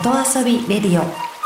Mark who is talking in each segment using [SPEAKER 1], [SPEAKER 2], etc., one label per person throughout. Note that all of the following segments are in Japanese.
[SPEAKER 1] 音遊びレディオ。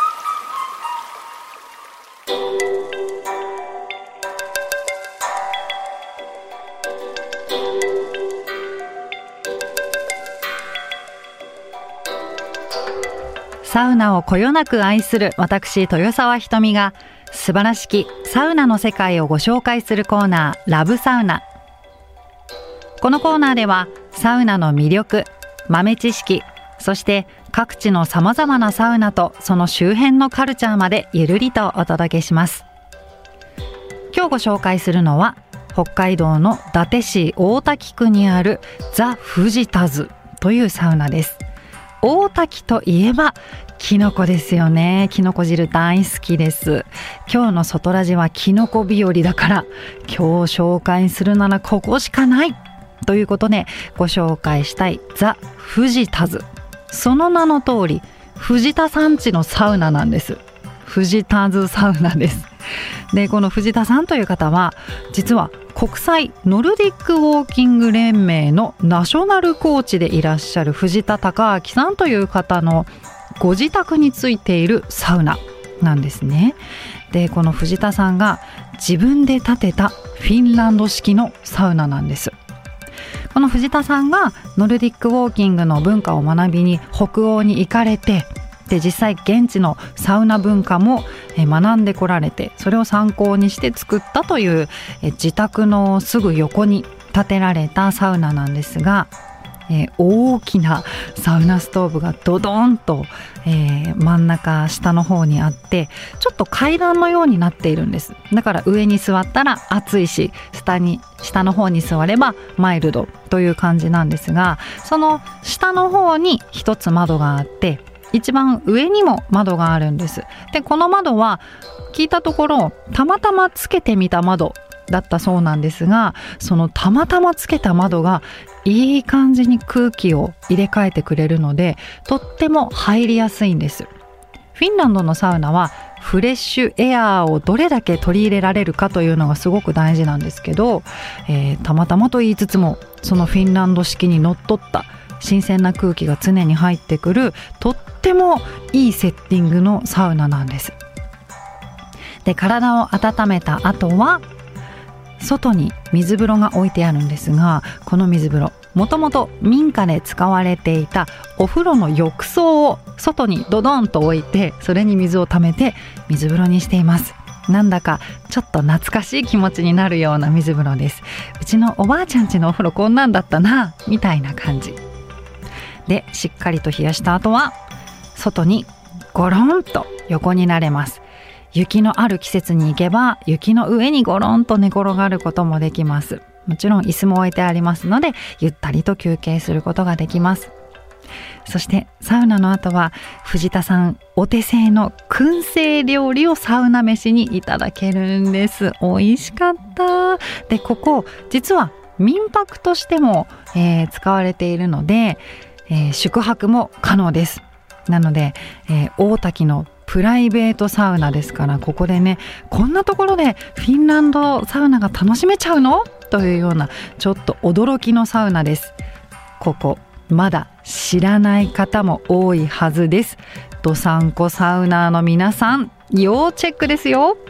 [SPEAKER 1] サウナをこよなく愛する私豊沢ひとみが素晴らしきサウナの世界をご紹介するコーナー、ラブサウナ。このコーナーではサウナの魅力、豆知識、そして各地のさまざまなサウナとその周辺のカルチャーまでゆるりとお届けします。今日ご紹介するのは北海道の伊達市大滝区にあるザ・フジタズというサウナです。大滝といえばキノコですよね。キノコ汁大好きです。今日の外ラジはキノコ日和だから、今日紹介するならここしかないということでご紹介したいザ・フジタズ。その名の通り藤田さん家のサウナなんです。フジタズサウナです。で、この藤田さんという方は実は国際ノルディックウォーキング連盟のナショナルコーチでいらっしゃる藤田孝明さんという方のご自宅についているサウナなんですね。で、この藤田さんが自分で建てたフィンランド式のサウナなんです。この藤田さんがノルディックウォーキングの文化を学びに北欧に行かれて、で実際現地のサウナ文化も学んでこられて、それを参考にして作ったという自宅のすぐ横に建てられたサウナなんですが、大きなサウナストーブがドドンと、真ん中下の方にあって、ちょっと階段のようになっているんです。だから上に座ったら暑いし、下の方に座ればマイルドという感じなんですが、その下の方に一つ窓があって、一番上にも窓があるんです。で、この窓は聞いたところたまたまつけてみた窓だったそうなんですが、そのたまたまつけた窓がいい感じに空気を入れ替えてくれるので、とっても入りやすいんです。フィンランドのサウナはフレッシュエアーをどれだけ取り入れられるかというのがすごく大事なんですけど、たまたまと言いつつもそのフィンランド式にのっとった新鮮な空気が常に入ってくる、とってもいいセッティングのサウナなんです。で、体を温めた後は外に水風呂が置いてあるんですが、この水風呂もともと民家で使われていたお風呂の浴槽を外にドドンと置いて、それに水をためて水風呂にしています。なんだかちょっと懐かしい気持ちになるような水風呂です。うちのおばあちゃん家のお風呂こんなんだったなみたいな感じで、しっかりと冷やした後は外にゴロンと横になれます。雪のある季節に行けば雪の上にゴロンと寝転がることもできます。もちろん椅子も置いてありますので、ゆったりと休憩することができます。そしてサウナの後は藤田さんお手製の燻製料理をサウナ飯にいただけるんです。美味しかった。で、ここ実は民泊としても、使われているので、宿泊も可能です。なので、大滝のプライベートサウナですから、ここでね、こんなところでフィンランドサウナが楽しめちゃうのというようなちょっと驚きのサウナです。ここまだ知らない方も多いはずです。どさんこサウナーの皆さん、要チェックですよ。